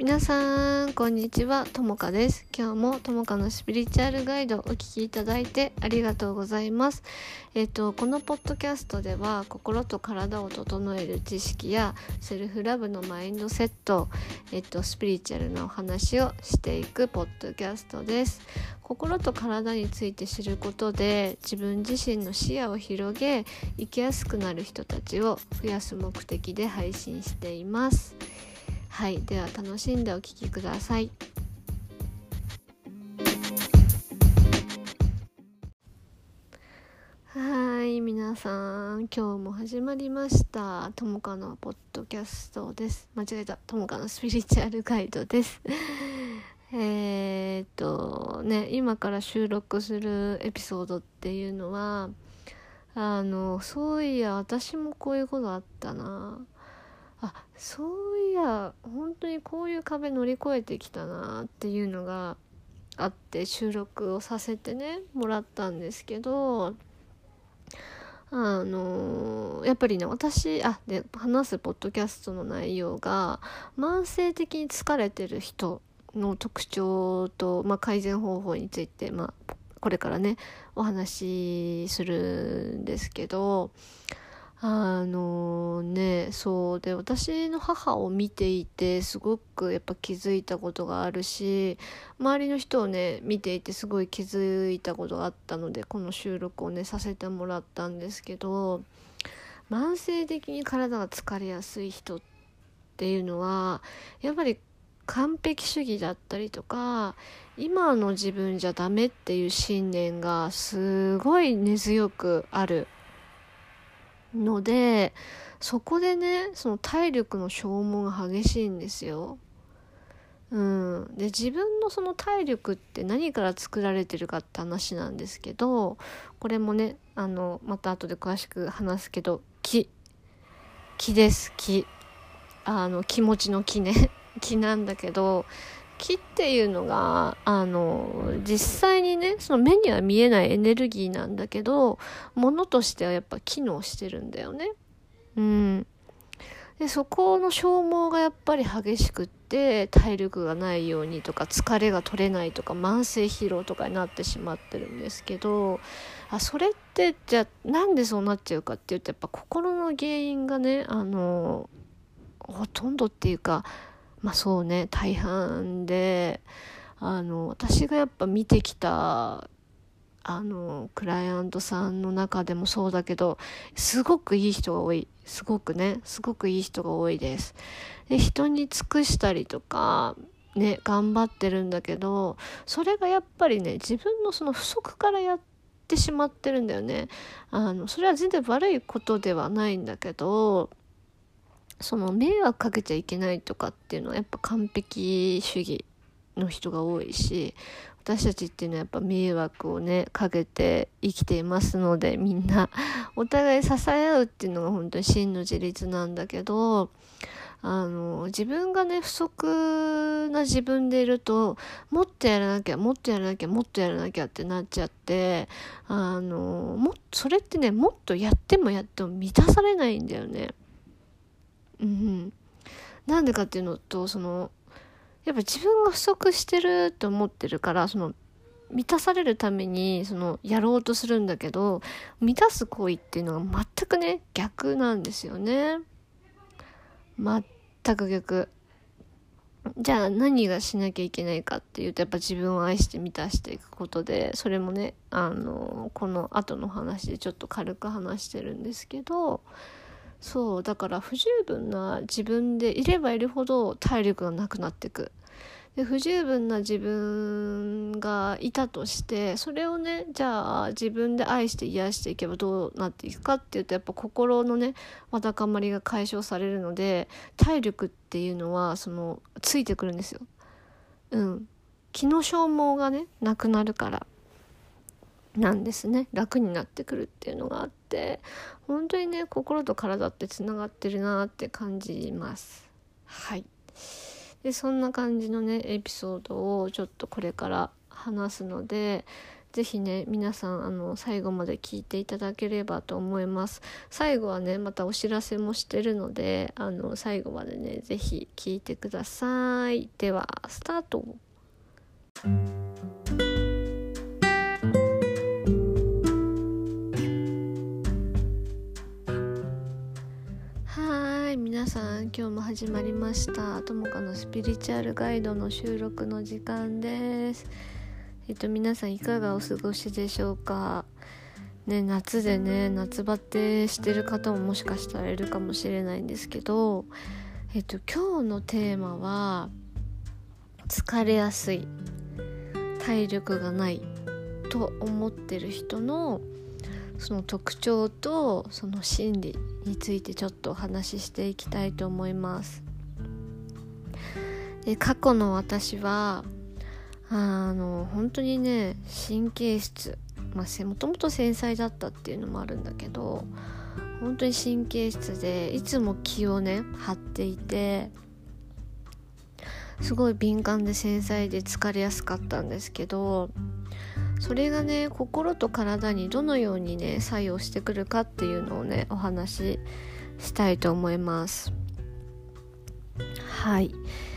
皆さんこんにちは、ともかです。今日もともかのスピリチュアルガイドお聞きいただいてありがとうございます。このポッドキャストでは心と体を整える知識やセルフラブのマインドセット、スピリチュアルなお話をしていくポッドキャストです。心と体について知ることで自分自身の視野を広げ、生きやすくなる人たちを増やす目的で配信しています。はい、では楽しんでお聞きください。はい、皆さん今日も始まりましたともかのポッドキャストです。間違えた、ともかのスピリチュアルガイドです今から収録するエピソードっていうのはそういや私もこういうことあったな、そういや本当にこういう壁乗り越えてきたなっていうのがあって収録をさせてもらったんですけど、やっぱりね、私で話すポッドキャストの内容が慢性的に疲れてる人の特徴と、改善方法について、これからお話しするんですけど、そうで、私の母を見ていてすごくやっぱ気づいたことがあるし、周りの人を見ていてすごい気づいたことがあったので、この収録をさせてもらったんですけど、慢性的に体が疲れやすい人っていうのはやっぱり完璧主義だったりとか、今の自分じゃダメっていう信念がすごい根強くあるので、そこでその体力の消耗が激しいんですよ。で、自分のその体力って何から作られてるかって話なんですけど、これもまた後で詳しく話すけど、気です。気持ちの気気なんだけど、気っていうのが実際にその目には見えないエネルギーなんだけど、物としてはやっぱ機能してるんだよね。でそこの消耗がやっぱり激しくって、体力がないようにとか疲れが取れないとか慢性疲労とかになってしまってるんですけど、それってじゃあなんでそうなっちゃうかっていうと、やっぱ心の原因がほとんどっていうか、大半で、私がやっぱ見てきたクライアントさんの中でもそうだけど、すごくいい人が多い。すごくいい人が多いです。で、人に尽くしたりとか頑張ってるんだけど、それがやっぱり自分のその不足からやってしまってるんだよね。それは全然悪いことではないんだけど、その迷惑かけちゃいけないとかっていうのはやっぱ完璧主義の人が多いし、私たちっていうのはやっぱ迷惑をかけて生きていますので、みんなお互い支え合うっていうのが本当に真の自立なんだけど、自分が不足な自分でいると、もっとやらなきゃってなっちゃって、それってもっとやっても満たされないんだよね。なんでかっていうのと、やっぱ自分が不足してると思ってるから、満たされるためにやろうとするんだけど、満たす行為っていうのが全く逆なんですよね。全く逆。じゃあ何がしなきゃいけないかっていうと、やっぱ自分を愛して満たしていくことで、それもこの後の話でちょっと軽く話してるんですけど、そうだから不十分な自分でいればいるほど体力がなくなっていく。で、不十分な自分がいたとして、それをじゃあ自分で愛して癒していけばどうなっていくかっていうと、やっぱ心のわだかまりが解消されるので、体力っていうのはついてくるんですよ。気の消耗がなくなるからなんですね。楽になってくるっていうのがあって、本当に心と体ってつながってるなって感じます。はい。で、そんな感じのエピソードをちょっとこれから話すので、 ぜひね皆さん最後まで聞いていただければと思います。最後はねまたお知らせもしてるので最後までねぜひ聞いてください。ではスタート。皆さん今日も始まりましたともかのスピリチュアルガイドの収録の時間です。皆さんいかがお過ごしでしょうかね。夏でね夏バテしてる方ももしかしたらいるかもしれないんですけど、今日のテーマは疲れやすい、体力がないと思ってる人のその特徴とその心理についてちょっとお話ししていきたいと思います。で過去の私は本当にね神経質、もともと繊細だったっていうのもあるんだけど、本当に神経質でいつも気をね張っていて、すごい敏感で繊細で疲れやすかったんですけど、それがね心と体にどのようにね作用してくるかっていうのをねお話ししたいと思います。はい。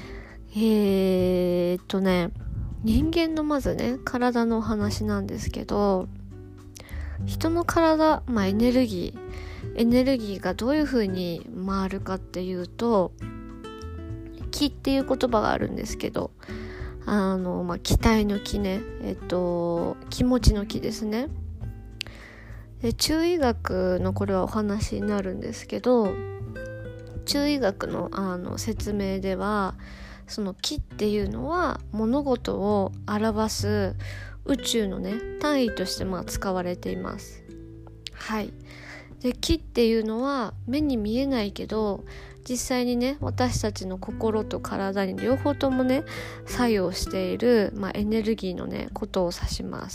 人間のまずね体のお話なんですけど、人の体、エネルギーがどういう風に回るかっていうと、気っていう言葉があるんですけど、気体の気ね、気持ちの気ですね。で中医学のこれはお話になるんですけど、中医学の説明ではその気っていうのは物事を表す宇宙のね単位として使われています。はい。で気っていうのは目に見えないけど実際にね私たちの心と体に両方ともね作用している、エネルギーのねことを指します。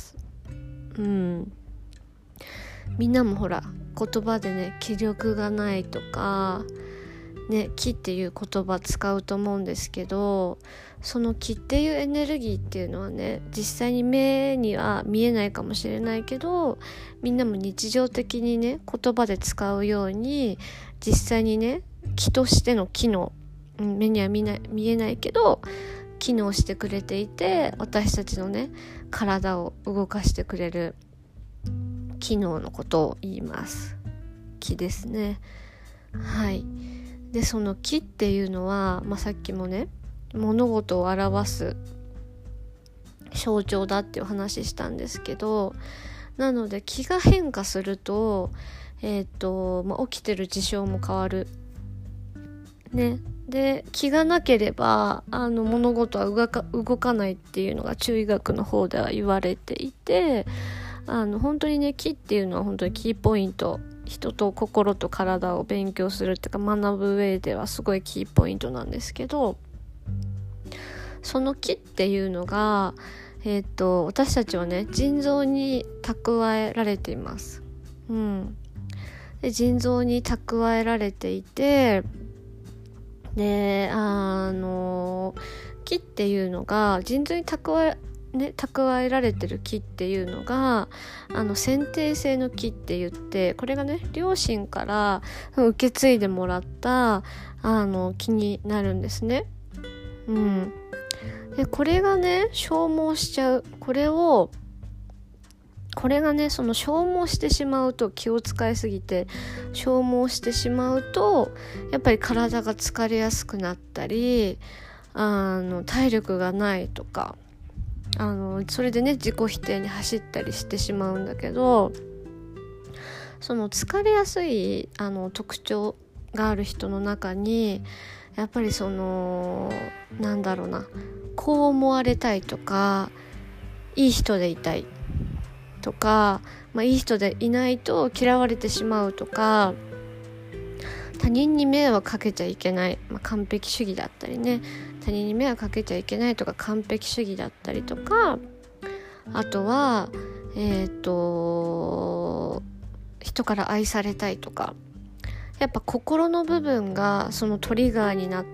みんなもほら言葉でね気力がないとかね、気っていう言葉使うと思うんですけど、その気っていうエネルギーっていうのはね実際に目には見えないかもしれないけど、みんなも日常的にね言葉で使うように実際にね気としての機能、目には見えないけど機能してくれていて、私たちのね体を動かしてくれる機能のことを言います。気ですね。はい。でその気っていうのは、さっきもね物事を表す象徴だっていう話したんですけど、なので気が変化すると起きてる事象も変わるね。で気がなければ物事は動かないっていうのが中医学の方では言われていて、本当にね気っていうのは本当にキーポイント、人と心と体を勉強するっていうか学ぶ上ではすごいキーポイントなんですけど、その気っていうのが、私たちはね腎臓に蓄えられています。で腎臓に蓄えられていて、で気っていうのが腎臓に蓄えられてる気っていうのが先天性の気って言って、これがね両親から受け継いでもらった気になるんですね。でこれがね消耗しちゃう、これがねその消耗してしまうと、気を使いすぎて消耗してしまうとやっぱり体が疲れやすくなったり体力がないとかそれでね自己否定に走ったりしてしまうんだけど、その疲れやすい特徴がある人の中にやっぱりこう思われたいとか、いい人でいたいとか、いい人でいないと嫌われてしまうとか、他人に迷惑かけちゃいけない、完璧主義だったりね、他人に迷惑かけちゃいけないとか完璧主義だったりとか、あとは人から愛されたいとか、 やっぱ心の部分がそのトリガーになって、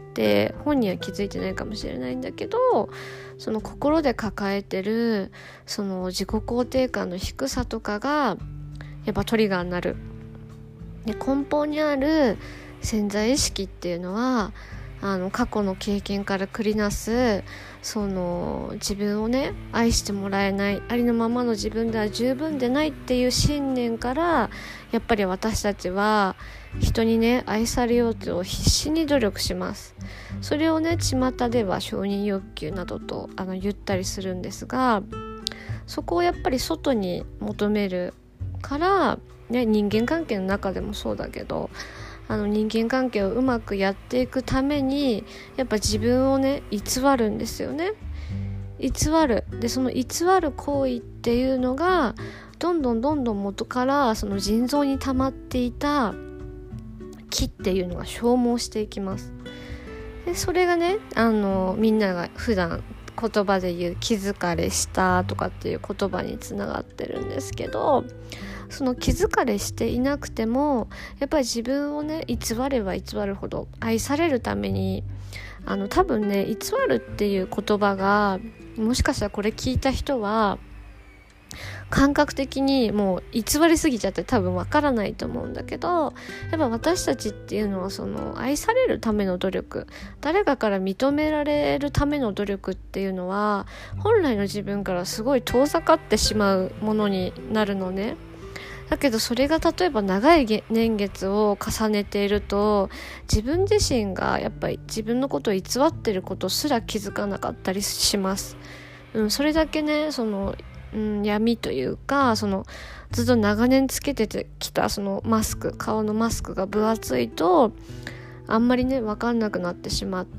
本人は気づいてないかもしれないんだけど、その心で抱えてるその自己肯定感の低さとかがやっぱトリガーになる。で、根本にある潜在意識っていうのは過去の経験から繰りなすその自分をね愛してもらえない、ありのままの自分では十分でないっていう信念から、やっぱり私たちは人にね愛されようと必死に努力します。それをね巷では承認欲求などと言ったりするんですが、そこをやっぱり外に求めるから、ね、人間関係の中でもそうだけど、人間関係をうまくやっていくためにやっぱ自分をね偽るんですよね。偽る。で、その偽る行為っていうのがどんどん元からその腎臓に溜まっていた気っていうのが消耗していきます。で、それがねみんなが普段言葉で言う気疲れしたとかっていう言葉につながってるんですけど、その気疲れしていなくてもやっぱり自分をね偽れば偽るほど愛されるために多分ね偽るっていう言葉がもしかしたらこれ聞いた人は感覚的にもう偽りすぎちゃって多分わからないと思うんだけど、やっぱ私たちっていうのはその愛されるための努力、誰かから認められるための努力っていうのは本来の自分からすごい遠ざかってしまうものになるのね。だけどそれが例えば長い年月を重ねていると、自分自身がやっぱり自分のことを偽っていることすら気づかなかったりします。それだけねその、闇というか、そのずっと長年つけてきたそのマスク、顔のマスクが分厚いとあんまりね分かんなくなってしまって、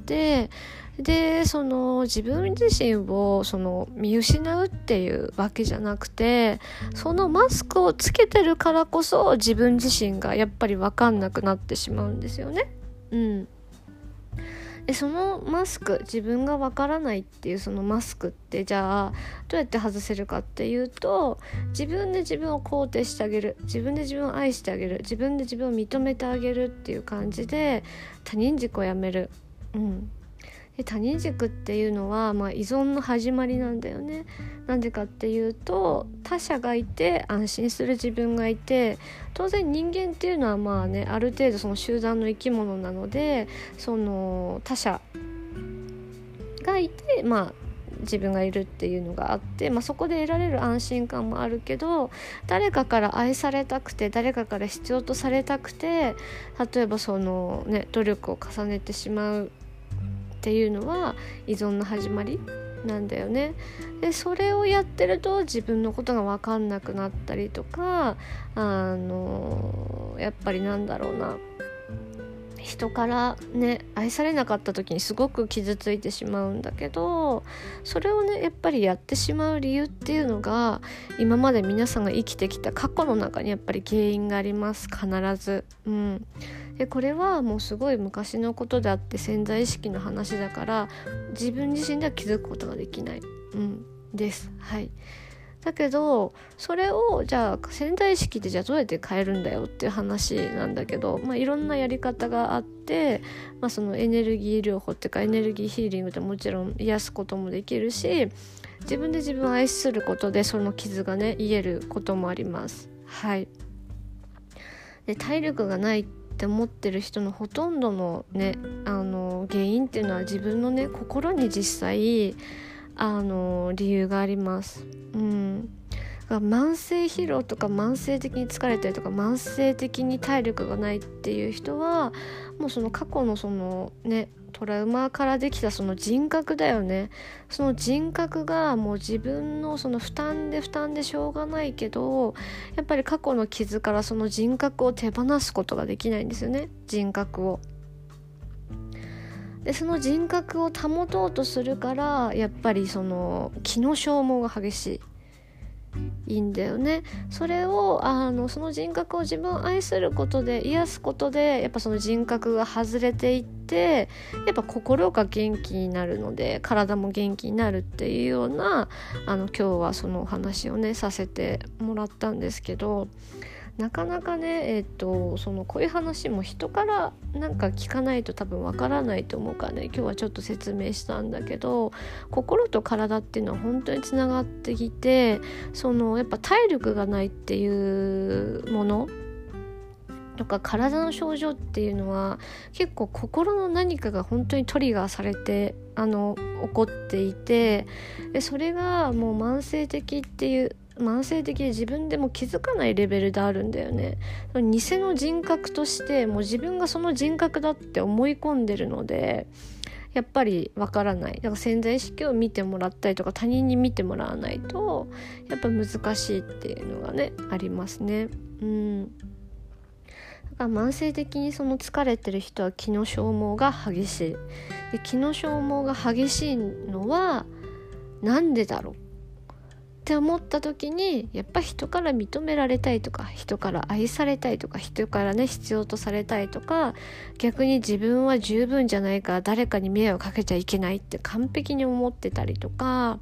でその自分自身をその見失うっていうわけじゃなくて、そのマスクをつけてるからこそ自分自身がやっぱり分かんなくなってしまうんですよね。でそのマスク、自分が分からないっていうそのマスクってじゃあどうやって外せるかっていうと、自分で自分を肯定してあげる、自分で自分を愛してあげる、自分で自分を認めてあげるっていう感じで他人軸をやめる。で他人軸っていうのは、依存の始まりなんだよね。なんでかっていうと、他者がいて安心する自分がいて、当然人間っていうのはある程度その集団の生き物なので、その他者がいて自分がいるっていうのがあって、そこで得られる安心感もあるけど、誰かから愛されたくて、誰かから必要とされたくて、例えばその努力を重ねてしまうっていうのは依存の始まりなんだよね。でそれをやってると自分のことが分かんなくなったりとか、やっぱり人からね愛されなかった時にすごく傷ついてしまうんだけど、それをねやっぱりやってしまう理由っていうのが、今まで皆さんが生きてきた過去の中にやっぱり原因があります。必ず。でこれはもうすごい昔のことであって、潜在意識の話だから自分自身では気づくことができない、です。だけどそれをじゃあ潜在意識ってじゃあどうやって変えるんだよっていう話なんだけど、いろんなやり方があって、そのエネルギー療法っていうかエネルギーヒーリングでもちろん癒すこともできるし、自分で自分を愛することでその傷がね癒えることもあります。で体力がないって思ってる人のほとんどのね原因っていうのは自分のね心に実際理由があります。慢性疲労とか慢性的に疲れたりとか慢性的に体力がないっていう人は、もうその過去のそのねトラウマからできたその人格だよね。その人格がもう自分のその負担でしょうがないけど、やっぱり過去の傷からその人格を手放すことができないんですよね。人格を。でその人格を保とうとするから、やっぱりその気の消耗が激しいんだよね。それをその人格を自分を愛することで癒すことで、やっぱその人格が外れていって、やっぱ心が元気になるので体も元気になるっていうような今日はそのお話をねさせてもらったんですけど、 なかなかね、こういう話も人からなんか聞かないと多分わからないと思うからね、今日はちょっと説明したんだけど、心と体っていうのは本当につながってきて、やっぱ体力がないっていうものとか体の症状っていうのは結構心の何かが本当にトリガーされて起こっていて、でそれがもう慢性的で自分でも気づかないレベルであるんだよね。偽の人格としてもう自分がその人格だって思い込んでるので、やっぱりわからない。だから潜在意識を見てもらったりとか他人に見てもらわないとやっぱ難しいっていうのがねありますね。だから慢性的に疲れてる人は気の消耗が激しい。で気の消耗が激しいのはなんでだろうって思った時に、やっぱ人から認められたいとか、人から愛されたいとか、人からね必要とされたいとか、逆に自分は十分じゃないから誰かに迷惑かけちゃいけないって完璧に思ってたりとか、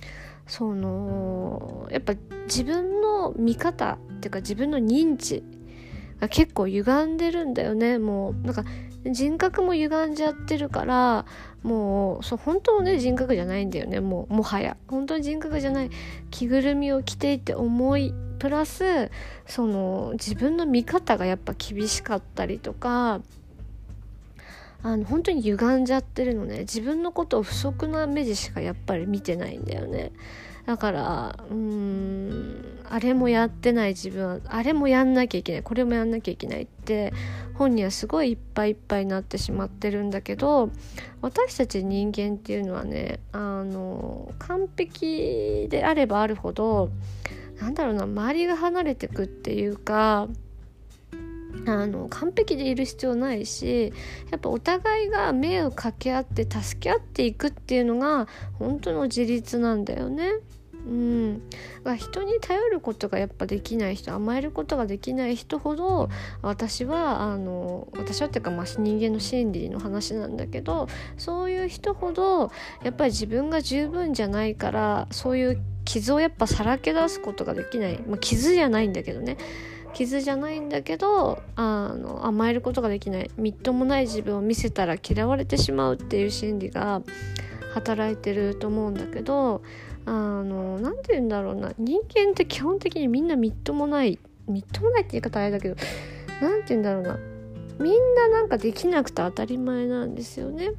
やっぱ自分の見方っていうか自分の認知が結構歪んでるんだよね。もうなんか人格も歪んじゃってるから、もう本当のね人格じゃないんだよね。もはや本当に人格じゃない着ぐるみを着ていて思いプラス自分の見方がやっぱ厳しかったりとか、本当に歪んじゃってるのね。自分のことを不足な目でしかやっぱり見てないんだよね。だからあれもやってない自分はあれもやんなきゃいけない、これもやんなきゃいけないって本人はすごいいっぱいいっぱいになってしまってるんだけど、私たち人間っていうのはね完璧であればあるほど周りが離れてくっていうか、完璧でいる必要ないし、やっぱお互いが目を掛け合って助け合っていくっていうのが本当の自立なんだよね。人に頼ることがやっぱできない人、甘えることができない人ほど私はっていうか人間の心理の話なんだけど、そういう人ほどやっぱり自分が十分じゃないから、そういう傷をやっぱさらけ出すことができない、傷じゃないんだけど甘えることができない、みっともない自分を見せたら嫌われてしまうっていう心理が働いてると思うんだけど、なんて言うんだろうな、人間って基本的にみんなみっともないって言い方あれだけど、なんて言うんだろうな、みんななんかできなくて当たり前なんですよね。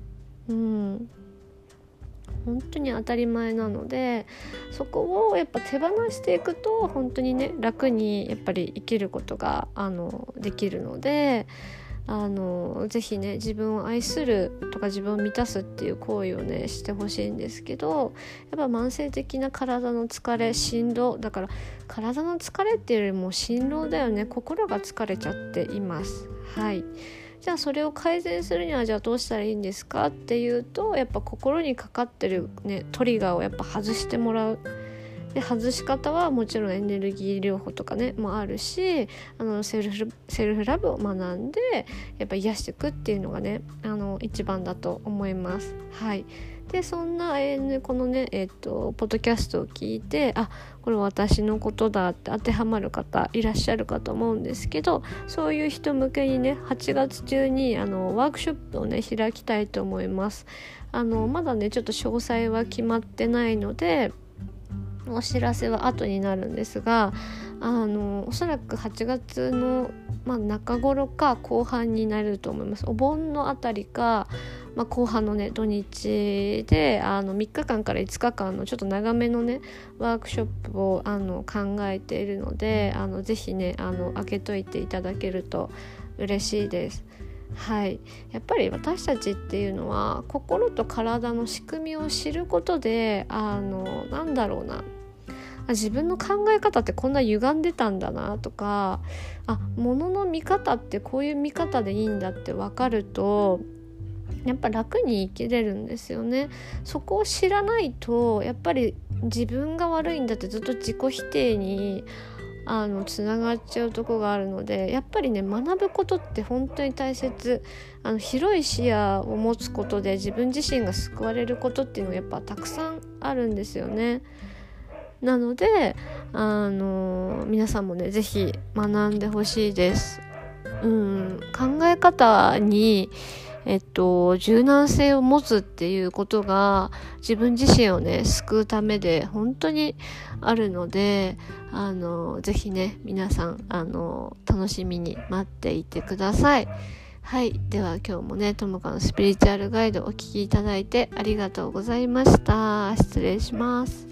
本当に当たり前なので、そこをやっぱ手放していくと本当にね楽にやっぱり生きることができるので、ぜひね自分を愛するとか自分を満たすっていう行為をねしてほしいんですけど、やっぱ慢性的な体の疲れ、心労だから、体の疲れっていうよりも心労だよね。心が疲れちゃっています。じゃあそれを改善するにはじゃあどうしたらいいんですかっていうと、やっぱ心にかかってるねトリガーをやっぱ外してもらう。で外し方はもちろんエネルギー療法とかねもあるし、セルフラブを学んでやっぱ癒していくっていうのがね一番だと思います。でそんな、このねポッドキャストを聞いて、これ私のことだって当てはまる方いらっしゃるかと思うんですけど、そういう人向けにね8月中にワークショップをね開きたいと思います。まだねちょっと詳細は決まってないのでお知らせは後になるんですが、おそらく8月の、中頃か後半になると思います。お盆のあたりか、後半のね土日で3日間から5日間のちょっと長めのねワークショップを考えているので、ぜひね開けといていただけると嬉しいです。やっぱり私たちっていうのは心と体の仕組みを知ることで自分の考え方ってこんな歪んでたんだなとか、物の見方ってこういう見方でいいんだって分かるとやっぱ楽に生きれるんですよね。そこを知らないとやっぱり自分が悪いんだってずっと自己否定につながっちゃうとこがあるので、やっぱりね学ぶことって本当に大切。広い視野を持つことで自分自身が救われることっていうのがやっぱたくさんあるんですよね。なので皆さんもねぜひ学んでほしいです。考え方に柔軟性を持つっていうことが自分自身をね救うためで本当にあるので、ぜひね皆さん楽しみに待っていてください。はい、では今日もねともかのスピリチュアルガイドお聞きいただいてありがとうございました。失礼します。